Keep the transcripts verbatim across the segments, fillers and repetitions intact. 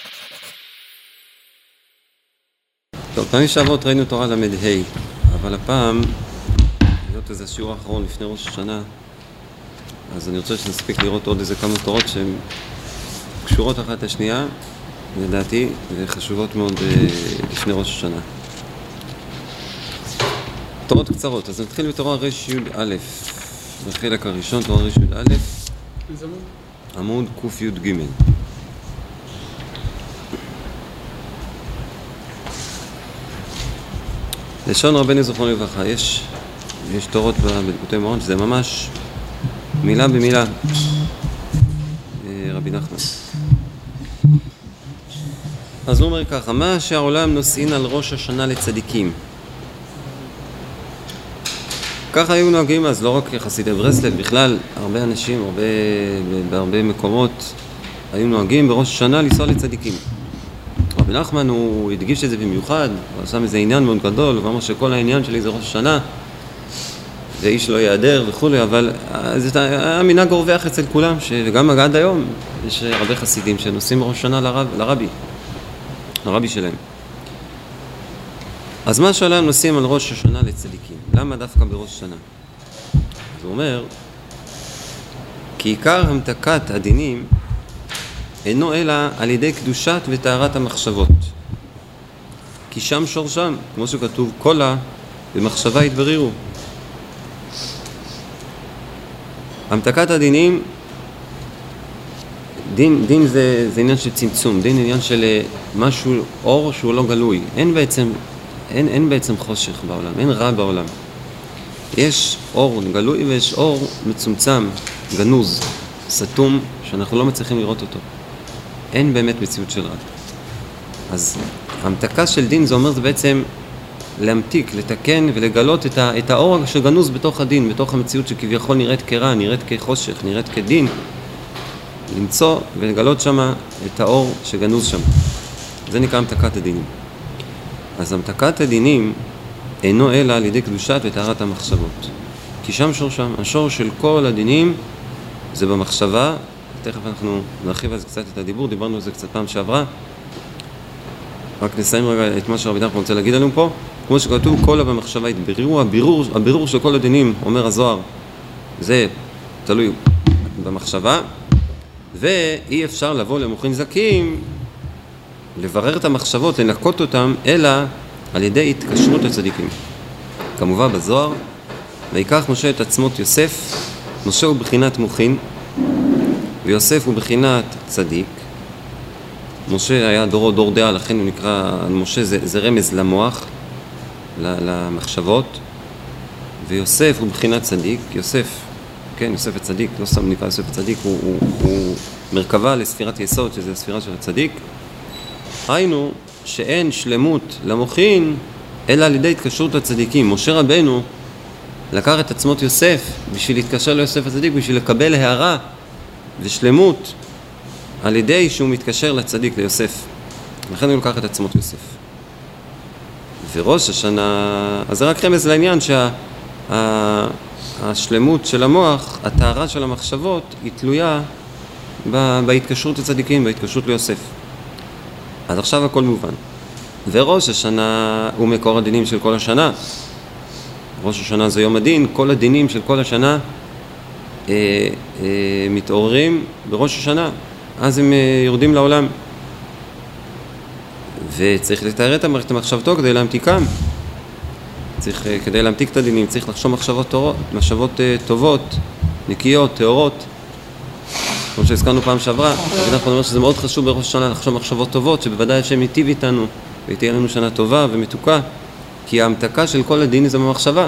טוב, פעמים שעברות ראינו תורה למד ה', אבל הפעם, להיות איזה שיעור האחרון לפני ראש השנה, אז אני רוצה שנספיק לראות עוד איזה כמה תורות שהן קשורות אחת לשנייה, לדעתי, וחשובות מאוד לפני ראש השנה. תורות קצרות, אז נתחיל בתורה רש י' א', בחלק הראשון, תורה רש י' א', עמוד ק' י' ג'. לשון רבנו זכרונו לברכה, יש, יש תורות בליקוטי מוהר"ן שזה ממש מילה במילה, רבי נחמן. אז הוא אומר ככה, מה שהעולם נושאין על ראש השנה לצדיקים. ככה היו נוהגים אז, לא רק חסידי ברסלב, בכלל הרבה אנשים, הרבה, בהרבה מקומות היו נוהגים בראש השנה לנסוע לצדיקים. רבי נחמן הוא הדגיש את זה במיוחד, הוא עשה מזה עניין מאוד גדול, הוא אמר שכל העניין שלי זה ראש השנה ואיש לא יעדר וכו', אבל זה היה מנהג רווח אצל כולם, וגם עד היום יש הרבה חסידים שנוסעים בראש השנה לרב, לרבי, לרבי שלהם. אז מה שהעולם נוסעים על ראש השנה לצדיקים, למה דווקא בראש השנה? אז הוא אומר, כי עיקר המתקת הדינים אינו אלא על ידי קדושת וטהרת המחשבות, כי שם שורשם, כמו שכתוב, קולה במחשבה יתברירו. המתקת הדינים, דין, דין זה, זה עניין של צמצום, דין עניין של משהו, אור שהוא לא גלוי. אין בעצם, אין, אין בעצם חושך בעולם, אין רע בעולם. יש אור גלוי ויש אור מצומצם, גנוז, סתום, שאנחנו לא מצליחים לראות אותו. אין באמת מציאות של רע. אז המתקה של דין זה אומר זה בעצם להמתיק, לתקן ולגלות את, ה, את האור שגנוז בתוך הדין, בתוך המציאות שכביכול נראית כרע, נראית כחושך, נראית כדין, למצוא ולגלות שם את האור שגנוז שם. זה נקרא המתקת הדינים. אז המתקת הדינים אינו אלא על ידי קדושת וטהרת המחשבות. כי שם שורשם, השור של כל הדינים זה במחשבה. תכף אנחנו נרחיב על זה קצת את הדיבור, דיברנו על זה קצת פעם שעברה. רק נסיים רגע את מה שרבי נחמן רוצה להגיד עלינו פה. כמו שכתוב, קולה במחשבה יתברירו, הבירור, הבירור של כל הדינים, אומר הזוהר, זה תלוי במחשבה, ואי אפשר לבוא למוחין זכים, לברר את המחשבות, לנקות אותם, אלא על ידי התקשרות לצדיקים. כמובן בזוהר, ויקח משה את עצמות יוסף, משה הוא בחינת מוחין, ויוסף הוא בחינת צדיק. משה היה דורו דור דעה, לכן הוא נקרא, משה זה, זה רמז למוח, למחשבות, ויוסף הוא בחינת צדיק. יוסף, כן, יוסף הצדיק, לא סתם נקרא יוסף הצדיק, הוא, הוא, הוא מרכבה לספירת יסוד, שזה הספירה של הצדיק. היינו שאין שלמות למוחין, אלא על ידי התקשרות לצדיקים. משה רבנו לקח את עצמות יוסף בשביל להתקשר ליוסף הצדיק, בשביל לקבל הערה ושלמות על ידי שהוא מתקשר לצדיק, ליוסף. לכן הוא לקח את עצמות יוסף. וראש השנה, אז זה רק רמז לעניין שהשלמות של המוח, הטהרה של המחשבות, היא תלויה בהתקשרות לצדיקים, בהתקשרות ליוסף. אז עכשיו הכל מובן. וראש השנה הוא מקור הדינים של כל השנה. ראש השנה זה יום הדין, כל הדינים של כל השנה אה, אה, מתעוררים בראש השנה, אז הם אה, יורדים לעולם. וצריך לתאר את המערכת המחשבתו כדי להמתיקם. צריך, אה, כדי להמתיק את הדינים, צריך לחשוב מחשבות טובות, מחשבות אה, טובות, נקיות, טהורות. כמו שהזכרנו פעם שעברה, אנחנו אומר שזה מאוד חשוב בראש השנה לחשוב מחשבות טובות, שבוודאי השם ייטיב איתנו, ותהיה לנו שנה טובה ומתוקה, כי ההמתקה של כל הדין זה במחשבה.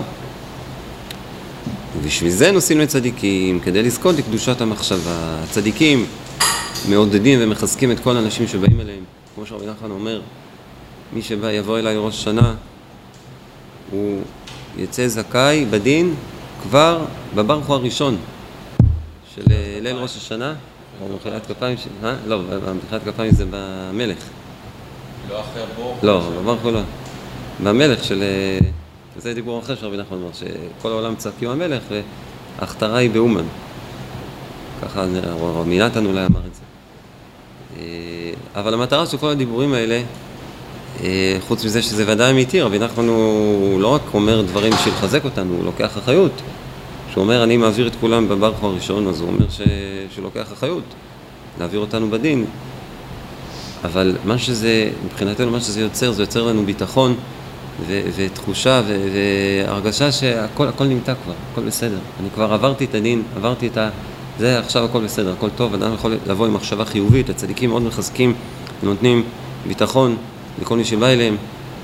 ובשביל זה נוסעים לצדיקים, כדי לזכות לקדושת המחשבה. הצדיקים מעודדים ומחזקים את כל האנשים שבאים אליהם. כמו שרבי נחמן אומר, מי שבא יבוא אליי ראש השנה, הוא יצא זכאי בדין כבר בברכו הראשון של ליל ראש השנה, או מחילת כפיים, ש... אה? לא, מחילת כפיים זה במלך. לא אחר בור? לא, בברכו לא. במלך של... זה דיבור אחר שרבי נחמן אומר, שכל העולם צעקים המלך, וההכתרה היא באומן. ככה רבי נתן אולי אמר את זה. אבל המטרה של כל הדיבורים האלה, חוץ מזה שזה ודאי אמיתי, רבי נחמן הוא לא רק אומר דברים שיחזק אותנו, הוא לוקח אחריות. כשהוא אומר, אני מעביר את כולם בברוך הראשון, אז הוא אומר ש... שהוא לוקח אחריות, להעביר אותנו בדין. אבל מה שזה, מבחינתנו, מה שזה יוצר, זה יוצר לנו ביטחון ו... ותחושה ו... והרגשה שהכל הכל נמתק כבר, הכל בסדר. אני כבר עברתי את הדין, עברתי את ה... זה עכשיו הכל בסדר, הכל טוב, אדם יכול לבוא עם מחשבה חיובית, הצדיקים מאוד מחזקים, נותנים ביטחון לכל מי שבא אליהם,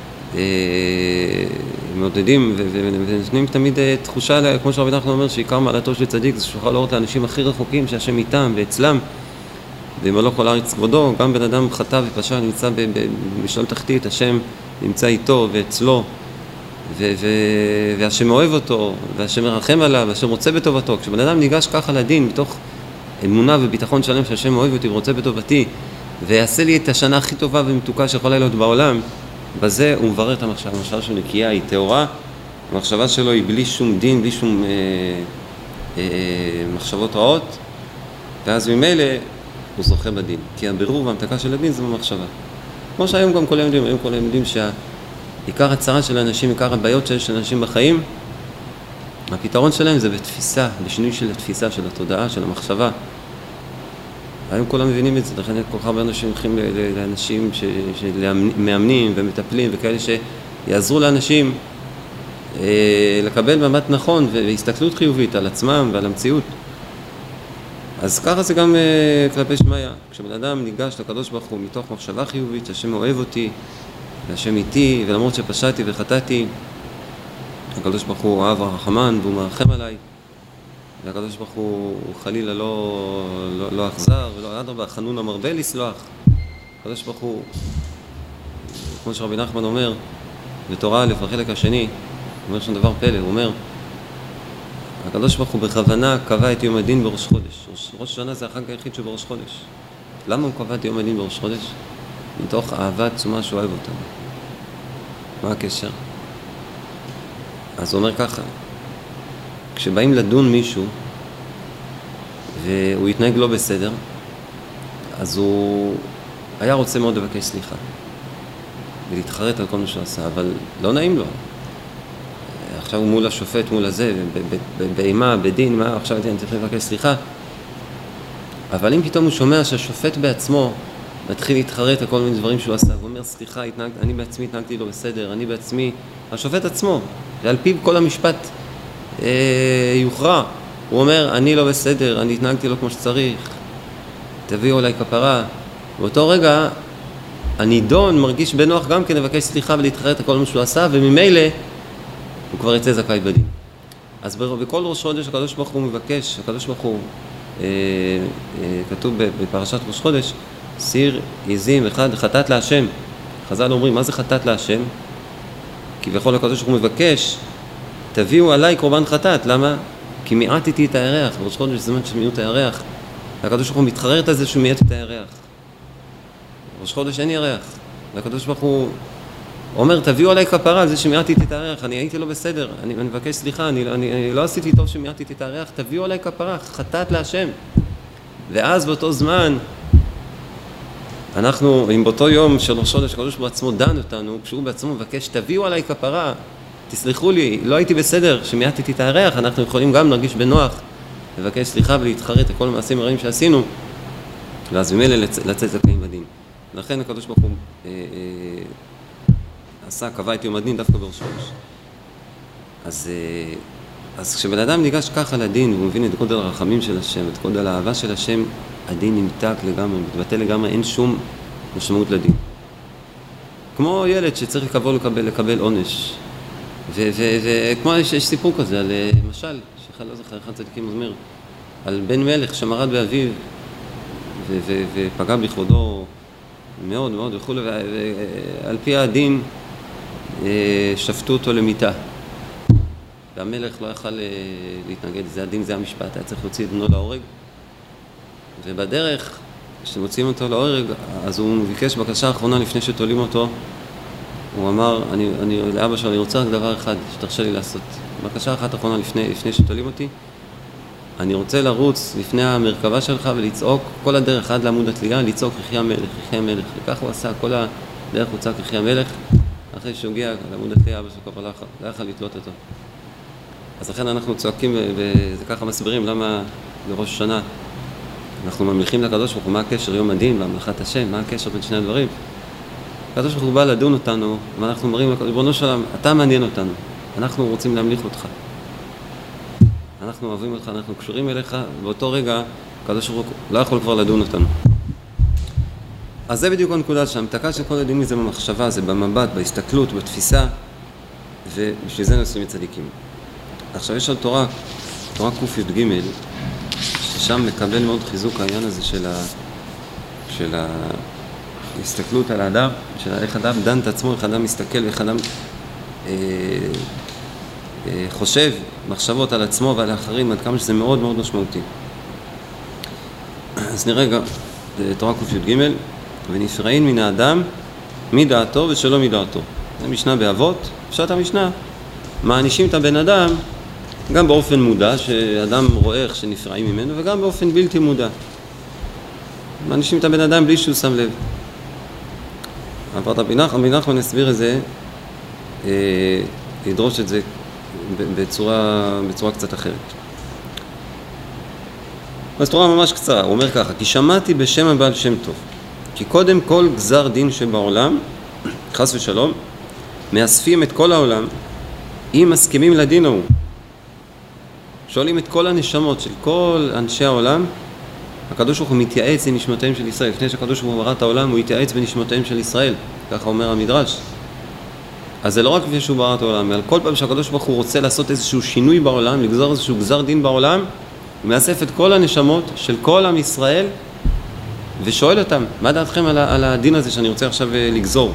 מעודדים ונותנים תמיד תחושה, כמו שרבי נחמן אומר, שעיקר מעלתו של צדיק זה שיוכל להראות לאנשים הכי רחוקים שהשם איתם ואצלם, ומלוא כל הארץ כבודו. גם בן אדם חטא ופשע נמצא בשלום תחתית, השם נמצא איתו ואצלו, והשם אוהב אותו, והשם מרחם עליו, והשם רוצה בטובתו. כשבן אדם ניגש ככה לדין, מתוך אמונה וביטחון שלם שהשם אוהב אותי ורוצה בטובתי, ויעשה לי את השנה הכי טובה ומתוקה שיכולה להיות בעולם, בזה הוא מברר את המחשבה. המחשבה שלו נקייה, היא טהורה, המחשבה שלו היא בלי שום דין, בלי שום אה, אה, מחשבות רעות, ואז ממילא הוא זוכה בדין. כי הבירור והמתקה של הדין זה במחשבה. כמו שהיום גם כולם יודעים, היום כולם יודעים שעיקר הצרה של האנשים, עיקר הבעיות של אנשים בחיים, הפתרון שלהם זה בתפיסה, בשינוי של התפיסה, של התודעה, של המחשבה. היום כולם מבינים את זה, לכן כל כך הרבה אנשים הולכים לאנשים שמאמנים ומטפלים וכאלה שיעזרו לאנשים לקבל מבט נכון והסתכלות חיובית על עצמם ועל המציאות. אז ככה זה גם כלפי שמיה. כשבן אדם ניגש לקדוש ברוך הוא מתוך מחשבה חיובית, שהשם אוהב אותי והשם איתי, ולמרות שפשעתי וחטאתי, הקדוש ברוך הוא אהב הרחמן והוא מרחם עליי, והקדוש ברוך הוא חלילה לא, לא, לא אכזר, ולא אדרבה, חנון המרבה לסלוח. הקדוש ברוך הוא, כמו שרבי נחמן אומר, בתורה א' בחלק השני, הוא אומר שם דבר פלא, הוא אומר, הקדוש ברוך הוא בכוונה קבע את יום הדין בראש חודש. ראש, ראש שנה זה החג היחיד שהוא בראש חודש. למה הוא קבע את יום הדין בראש חודש? מתוך אהבה עצומה שהוא אוהב אותנו. מה הקשר? אז הוא אומר ככה, כשבאים לדון מישהו והוא יתנהג לא בסדר, אז הוא היה רוצה מאוד לבקש סליחה ולהתחרט על כל מה שהוא עשה, אבל לא נעים לו. עכשיו הוא מול השופט, מול הזה, באימה, בדין, מה, עכשיו אני צריך לבקש סליחה. אבל אם פתאום הוא שומע שהשופט בעצמו מתחיל להתחרט על כל מיני דברים שהוא עשה, הוא אומר סליחה, התנהג, אני בעצמי התנהגתי לא בסדר, אני בעצמי, השופט עצמו, ועל פיו כל המשפט אה, יוכרע. הוא אומר, אני לא בסדר, אני התנהגתי לא כמו שצריך, תביאו אליי כפרה. באותו רגע, הנידון מרגיש בנוח גם כן לבקש סליחה ולהתחרט על כל מה שהוא עשה, וממילא הוא כבר יצא זכאי בדין. אז בכל ראש חודש הקדוש ברוך הוא מבקש, הקדוש ברוך הוא, אה, אה, כתוב בפרשת ראש חודש, סיר עזים אחד חטאת להשם. חז"ל אומרים, מה זה חטאת להשם? כי בכל הקדוש ברוך הוא מבקש, תביאו עליי קורבן חטאת. למה? כי מיעטתי את הירח. ראש חודש זה זמן של מיעוט הירח. והקדוש ברוך הוא מתחרט על זה שהוא מיעט את הירח. ראש חודש אין ירח. והקדוש ברוך הוא אומר, תביאו עליי כפרה על זה שמיעטתי את הירח. אני הייתי לא בסדר. אני, אני מבקש סליחה, אני, אני, אני לא עשיתי טוב שמיעטתי את הירח. תביאו עליי כפרה, חטאת להשם. ואז באותו זמן, אנחנו, אם באותו יום של ראש חודש, הקדוש ברוך הוא בעצמו דן אותנו, כשהוא בעצמו מבקש, תביאו עליי כפרה, תסלחו לי, לא הייתי בסדר, שמיעטתי את הירח, אנחנו יכולים גם להרגיש בנוח, לבקש סליחה ולהתחרט על כל המעשים הרעים שעשינו, ואז ממילא לצאת זכאים בדין. לכן הקדוש ברוך הוא אה, אה, עשה, קבע את יום הדין דווקא בראש חודש. אז, אה, אז כשבן אדם ניגש ככה לדין, הוא מבין את גודל הרחמים של השם, את גודל האהבה של השם, הדין נמתק לגמרי, מתבטא לגמרי, אין שום משמעות לדין. כמו ילד שצריך לקבל, לקבל, לקבל עונש. וכמו יש, יש סיפור כזה, על משל, שאחד לא זוכר, אחד צדיקים אומר, על בן מלך שמרד באביו ו- ו- ופגע בכבודו מאוד מאוד וכו', ועל פי הדין שפטו אותו למיתה. והמלך לא יכל להתנגד, זה הדין, זה המשפט, היה צריך להוציא את בנו להורג. ובדרך, כשמוציאים אותו להורג, אז הוא ביקש בקשה האחרונה לפני שתולים אותו, הוא אמר, אני, אני, לאבא שלו, אני רוצה רק דבר אחד שתרשה לי לעשות. בקשה אחת האחרונה לפני, לפני שתולים אותי, אני רוצה לרוץ לפני המרכבה שלך ולצעוק כל הדרך עד לעמוד התלייה, לצעוק יחיה מלך, יחיה מלך. וכך הוא עשה, כל הדרך הוא צעק יחיה מלך. אחרי שהוא הגיע לעמוד התלייה, אבא שלו כבר לא יכול לתלות אותו. אז לכן אנחנו צועקים, וזה ככה מסבירים למה בראש השנה אנחנו ממליכים לקדוש ברוך הוא, מה הקשר יום הדין והמלאכת השם, מה הקשר בין שני הדברים. הקדוש ברוך הוא בא לדון אותנו, ואנחנו אומרים, ריבונו של עולם, אתה מעניין אותנו, אנחנו רוצים להמליך אותך. אנחנו אוהבים אותך, אנחנו קשורים אליך, ובאותו רגע הקדוש ברוך הוא לא יכול כבר לדון אותנו. אז זה בדיוק הנקודה שהמתקה של כל הדין זה במחשבה, זה במבט, בהסתכלות, בתפיסה, ובשביל זה נעשים צדיקים. עכשיו יש על תורה, תורה ק"ג, ששם מקבל מאוד חיזוק העניין הזה של ה... של ההסתכלות על האדם, של איך אדם דן את עצמו, איך אדם מסתכל ואיך אדם אה, אה, חושב מחשבות על עצמו ועל האחרים, עד כמה שזה מאוד מאוד משמעותי. אז נראה גם תורה ק"ג, ונפרעין מן האדם מדעתו ושלא מדעתו. זה משנה באבות, פשט המשנה. מענישים את הבן אדם גם באופן מודע, שאדם רואה איך שנפרעים ממנו, וגם באופן בלתי מודע. מענישים את הבן אדם בלי שהוא שם לב. אבל רבי נחמן נסביר את זה, אה, ידרוש את זה בצורה, בצורה קצת אחרת. אז תורה ממש קצרה, הוא אומר ככה, כי שמעתי בשם הבעל שם טוב, כי קודם כל גזר דין שבעולם, חס ושלום, מאספים את כל העולם, אם מסכימים לדין ההוא. שואלים את כל הנשמות של כל אנשי העולם, הקדוש ברוך הוא מתייעץ עם נשמותיהם של ישראל. לפני שהקדוש ברוך הוא ברא את העולם, הוא התייעץ בנשמותיהם של ישראל. ככה אומר המדרש. אז זה לא רק לפני שהוא ברא את העולם, אלא כל פעם שהקדוש ברוך הוא רוצה לעשות איזשהו שינוי בעולם, לגזור איזשהו גזר דין בעולם, הוא מאסף את כל הנשמות של כל עם ישראל, ושואל אותם, מה דעתכם על, על הדין הזה שאני רוצה עכשיו לגזור?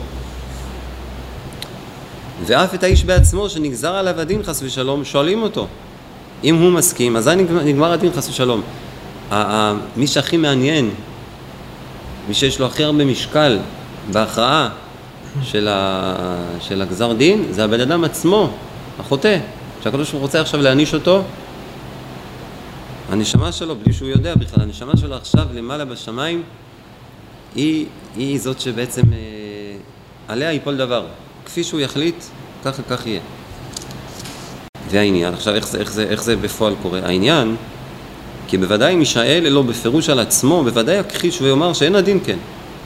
ואף את האיש בעצמו שנגזר עליו הדין חס ושלום, שואלים אותו. אם הוא מסכים, אז נגמר, נגמר הדין חס ושלום. מי שהכי מעניין, מי שיש לו הכי הרבה משקל בהכרעה של, ה, של הגזר דין, זה הבן אדם עצמו, החוטא. שהקדוש ברוך הוא רוצה עכשיו להעניש אותו, הנשמה שלו, בלי שהוא יודע בכלל, הנשמה שלו עכשיו למעלה בשמיים, היא, היא זאת שבעצם אה, עליה ייפול דבר. כפי שהוא יחליט, כך כך יהיה. והעניין, עכשיו איך זה, איך זה, איך זה בפועל קורה? העניין, כי בוודאי מישאל אלו בפירוש על עצמו, בוודאי יכחיש ויאמר שאין הדין כן.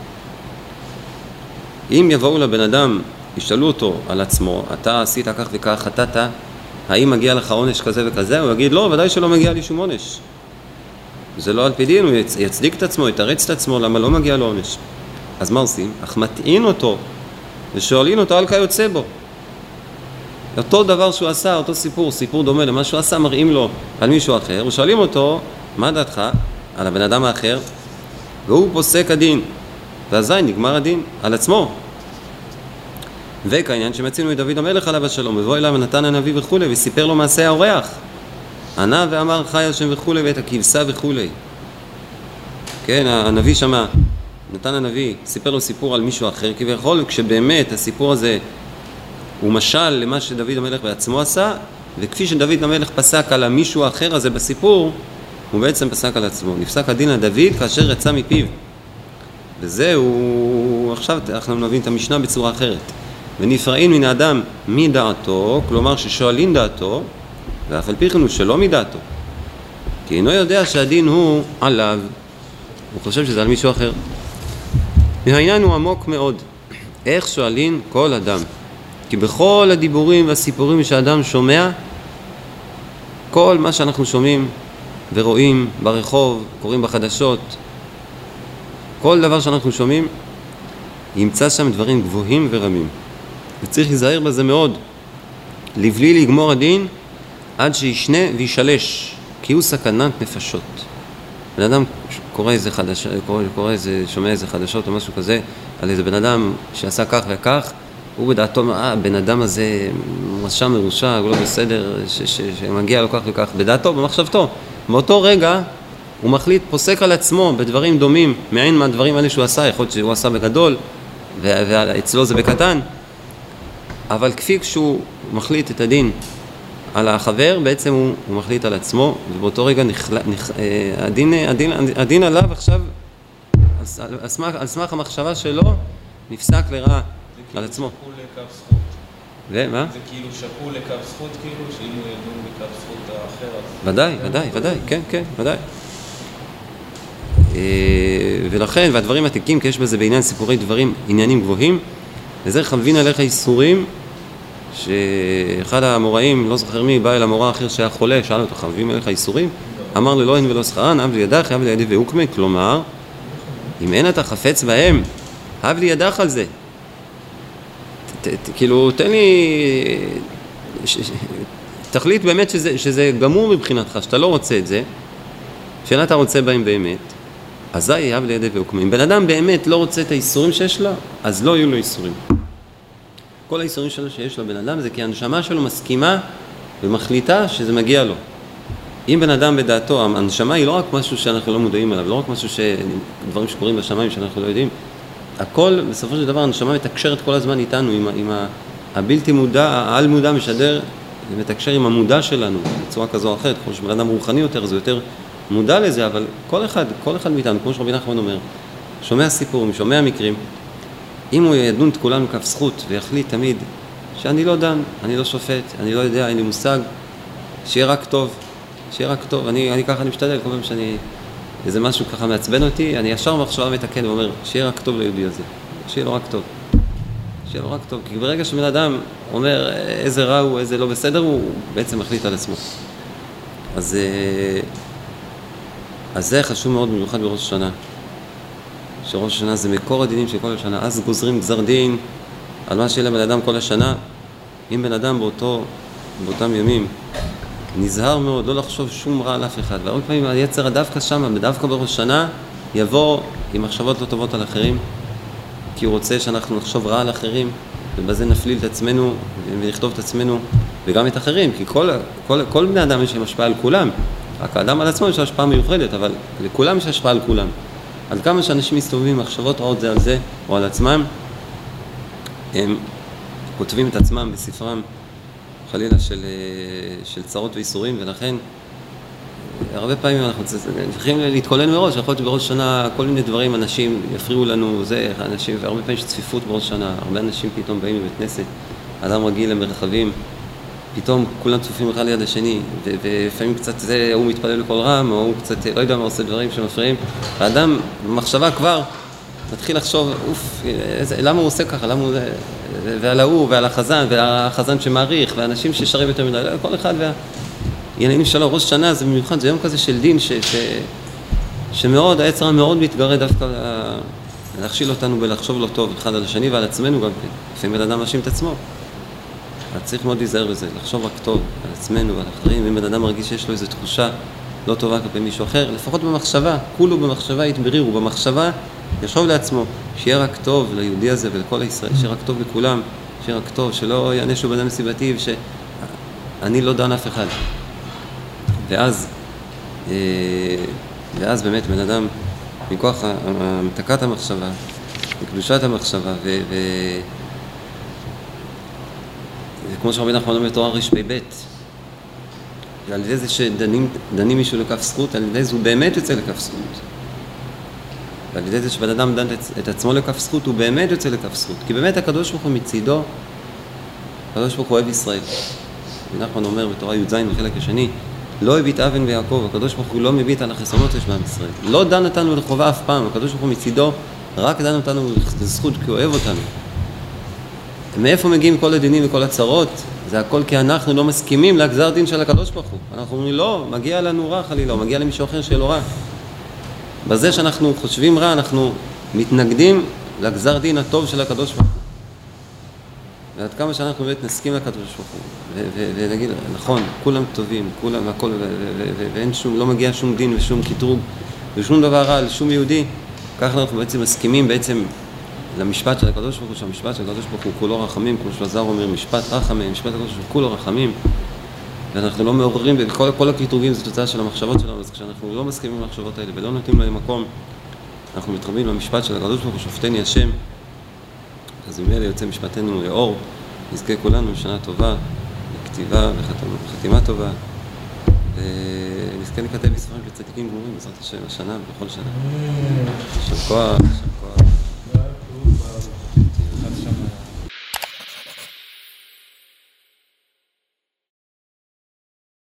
אם יבואו לבן אדם, ישאלו אותו על עצמו, אתה עשית כך וכך, חטאת, האם מגיע לך עונש כזה וכזה? הוא יגיד, לא, ודאי שלא מגיע לי שום עונש. זה לא על פי דין, הוא יצדיק את עצמו, יתרץ את עצמו, למה לא מגיע לו עונש. אז מה עושים? אך מטעין אותו, ושואלים אותו על כיוצא בו. אותו דבר שהוא עשה, אותו סיפור, סיפור דומה למה שהוא עשה, מראים לו על מישהו אחר, ושואלים אותו, מה דעתך על הבן אדם האחר? והוא פוסק הדין. ואזי נגמר הדין על עצמו. וכעניין שמצינו את דוד המלך עליו השלום, ובוא אליו נתן הנביא וכו', וסיפר לו מעשה האורח. ענה ואמר חי השם וכו', ואת הכבשה וכו'. כן, הנביא שמע, נתן הנביא, סיפר לו סיפור על מישהו אחר, כביכול כשבאמת הסיפור הזה הוא משל למה שדוד המלך בעצמו עשה, וכפי שדוד המלך פסק על המישהו האחר הזה בסיפור, הוא בעצם פסק על עצמו. נפסק הדין על דוד כאשר יצא מפיו. וזהו, עכשיו אנחנו נבין את המשנה בצורה אחרת. ונפרעין מן האדם מדעתו, כלומר ששואלים דעתו, ואף על פי כן הוא שלא מדעתו. כי אינו יודע שהדין הוא עליו, הוא חושב שזה על מישהו אחר. והעניין הוא עמוק מאוד. איך שואלים כל אדם? כי בכל הדיבורים והסיפורים שאדם שומע, כל מה שאנחנו שומעים ורואים ברחוב, קוראים בחדשות, כל דבר שאנחנו שומעים, ימצא שם דברים גבוהים ורמים. וצריך להיזהר בזה מאוד. לבלי לגמור הדין עד שישנה וישלש, כי הוא סכנת נפשות. בן אדם קורא איזה חדש, קורא, קורא איזה, שומע איזה חדשות או משהו כזה, על איזה בן אדם שעשה כך וכך, הוא בדעתו, אה, בן אדם הזה רשע מרושע, הוא לא בסדר, ש, ש, שמגיע לו כך וכך, בדעתו, במחשבתו. באותו רגע הוא מחליט, פוסק על עצמו בדברים דומים, מעין מהדברים האלה שהוא עשה, יכול להיות שהוא עשה בגדול, ואצלו זה בקטן, אבל כפי כשהוא מחליט את הדין על החבר, בעצם הוא, הוא מחליט על עצמו, ובאותו רגע נכ... נכ... הדין, הדין, הדין עליו עכשיו, על, על, סמך, על סמך המחשבה שלו, נפסק לרע על עצמו. זה כאילו שקול לקו זכות. ומה? זה כאילו שקול לקו זכות, כאילו, שאם הוא ידון בקו זכות האחר, אז... ודאי, ודאי, ודאי, כן, כן, ודאי. ולכן, והדברים עתיקים, כי יש בזה בעניין סיפורי דברים, עניינים גבוהים, וזה חבין עליך איסורים, שאחד המוראים, לא זוכר מי, בא אל המורה האחר שהיה חולה, שאל אותו, חבים עליך איסורים? אמר לו, לא אין ולא שכרן, אב לי ידך, אב לי ידי ואוקמה, כלומר, אם אין אתה חפץ בהם, אב לי ידך על זה. ת, ת, כאילו, תן לי... ש, ש, תחליט באמת שזה, שזה גמור מבחינתך, שאתה לא רוצה את זה, שאין אתה רוצה בהם באמת, אזי אב לי ידי ואוקמה. אם בן אדם באמת לא רוצה את האיסורים שיש לו, אז לא יהיו לו איסורים. כל האיסורים שלו שיש לבן אדם זה כי הנשמה שלו מסכימה ומחליטה שזה מגיע לו. אם בן אדם בדעתו, הנשמה היא לא רק משהו שאנחנו לא מודעים עליו, לא רק משהו ש... דברים שקורים בשמיים שאנחנו לא יודעים. הכל, בסופו של דבר, הנשמה מתקשרת כל הזמן איתנו, עם, עם הבלתי מודע, העל מודע משדר, מתקשר עם המודע שלנו, בצורה כזו או אחרת. כמו שבן אדם רוחני יותר, זה יותר מודע לזה, אבל כל אחד, כל אחד מאיתנו, כמו שרבי נחמן אומר, שומע סיפורים, שומע מקרים, אם הוא ידון את כולנו כף זכות ויחליט תמיד שאני לא דן, אני לא שופט, אני לא יודע, אין לי מושג, שיהיה רק טוב, שיהיה רק טוב, אני, אני ככה אני משתדל, כל פעם שאני, איזה משהו ככה מעצבן אותי, אני ישר מחשבה מתקן ואומר, שיהיה רק טוב ליהודי הזה, שיהיה לו רק טוב, שיהיה לו רק טוב, כי ברגע שבן אדם אומר איזה רע הוא, איזה לא בסדר, הוא בעצם מחליט על עצמו. אז, אז זה חשוב מאוד במיוחד בראש השנה. שראש השנה זה מקור הדינים של כל השנה, אז גוזרים גזר דין על מה שיהיה לבן אדם כל השנה. אם בן אדם באותו, באותם ימים נזהר מאוד לא לחשוב שום רע על אף אחד, והרבה פעמים היצר דווקא שם, דווקא בראש השנה, יבוא עם מחשבות לא טובות על אחרים, כי הוא רוצה שאנחנו נחשוב רע על אחרים, ובזה נפליל את עצמנו ונכתוב את עצמנו וגם את אחרים, כי כל, כל, כל בני אדם יש השפעה על כולם, רק האדם על עצמו יש השפעה מיוחדת, אבל לכולם יש השפעה על כולם. עד כמה שאנשים מסתובבים מחשבות רעות זה על זה או על עצמם, הם כותבים את עצמם בספרם חלילה של, של צרות ואיסורים, ולכן הרבה פעמים אנחנו צריכים להתכונן מראש, יכול להיות שבראש שנה כל מיני דברים, אנשים יפריעו לנו, זה, אנשים, והרבה פעמים יש צפיפות בראש שנה, הרבה אנשים פתאום באים לבית כנסת, אדם רגיל למרחבים, פתאום כולם צופים אחד ליד השני, ו- ולפעמים קצת זה, הוא מתפלל בכל רם, או הוא קצת, לא יודע מה, עושה דברים שמפריעים. האדם, במחשבה כבר, מתחיל לחשוב, אוף, איזה, למה הוא עושה ככה, למה הוא זה, ועל ההוא, ועל החזן, והחזן שמעריך, והאנשים ששרים יותר מדי, כל אחד והעניינים שלו, ראש שנה, זה במיוחד, זה יום כזה של דין, ש- ש- שמאוד, היצר מאוד מתגרה דווקא להכשיל אותנו בלחשוב לא טוב אחד על השני ועל עצמנו גם, לפעמים בן אדם מאשים את עצמו. אז צריך מאוד להיזהר בזה, לחשוב רק טוב על עצמנו ועל אחרים. אם בן אדם מרגיש שיש לו איזו תחושה לא טובה כלפי מישהו אחר, לפחות במחשבה, כולו במחשבה יתברירו, במחשבה יחשוב לעצמו, שיהיה רק טוב ליהודי הזה ולכל הישראל, שיהיה רק טוב לכולם, שיהיה רק טוב, שלא יענשו בן אדם מסיבתי ושאני לא דן אף אחד. ואז, ואז באמת בן אדם, מכוח המתקת המחשבה, מקדושת המחשבה ו... ו כמו שרבי נחמן אומר בתורה רפ"ב, על ידי זה שדנים דנים מישהו לכף זכות, על ידי זה הוא באמת יוצא לכף זכות. ועל ידי זה שבן אדם דן את עצמו לכף זכות, הוא באמת יוצא לכף זכות. כי באמת הקדוש ברוך הוא מצידו, הקדוש ברוך הוא אוהב ישראל. רבי נחמן אומר בתורה י"ז בחלק השני, לא הביט אבן ויעקב, הקדוש ברוך הוא לא מביט על החסרונות שיש בעם ישראל. לא דן אותנו לחובה אף פעם, הקדוש ברוך הוא מצידו רק דן אותנו לזכות כי הוא אוהב אותנו. מאיפה מגיעים כל הדינים וכל הצרות? זה הכל כי אנחנו לא מסכימים לגזר דין של הקדוש ברוך הוא. אנחנו אומרים, לא, מגיע לנו רע חלילה, או מגיע למישהו אחר שלא רע. בזה שאנחנו חושבים רע, אנחנו מתנגדים לגזר דין הטוב של הקדוש ברוך הוא. ועד כמה שאנחנו באמת נסכים לקדוש ברוך הוא, ונגיד, נכון, כולם טובים, כולם, והכל, ואין שום, לא מגיע שום דין ושום קטרוג, ושום דבר רע לשום יהודי, ככה אנחנו בעצם מסכימים בעצם למשפט של הקדוש ברוך הוא, שהמשפט של הקדוש ברוך הוא כולו רחמים, כמו שלזר אומר, משפט רחמים, משפט הקדוש ברוך הוא כולו רחמים, ואנחנו לא מעוררים, וכל כל הקטרוגים זה תוצאה של המחשבות שלנו, אז כשאנחנו לא מסכימים למחשבות האלה ולא נותנים להם מקום, אנחנו מתרבים למשפט של הקדוש ברוך הוא, שופטני השם, אז ממילא יוצא משפטנו לאור, נזכה כולנו לשנה טובה, כתיבה וחתימה טובה, ונזכה לקטל בספרים של צדיקים גמורים, בעזרת השם, השנה ובכל שנה. יישר כוח.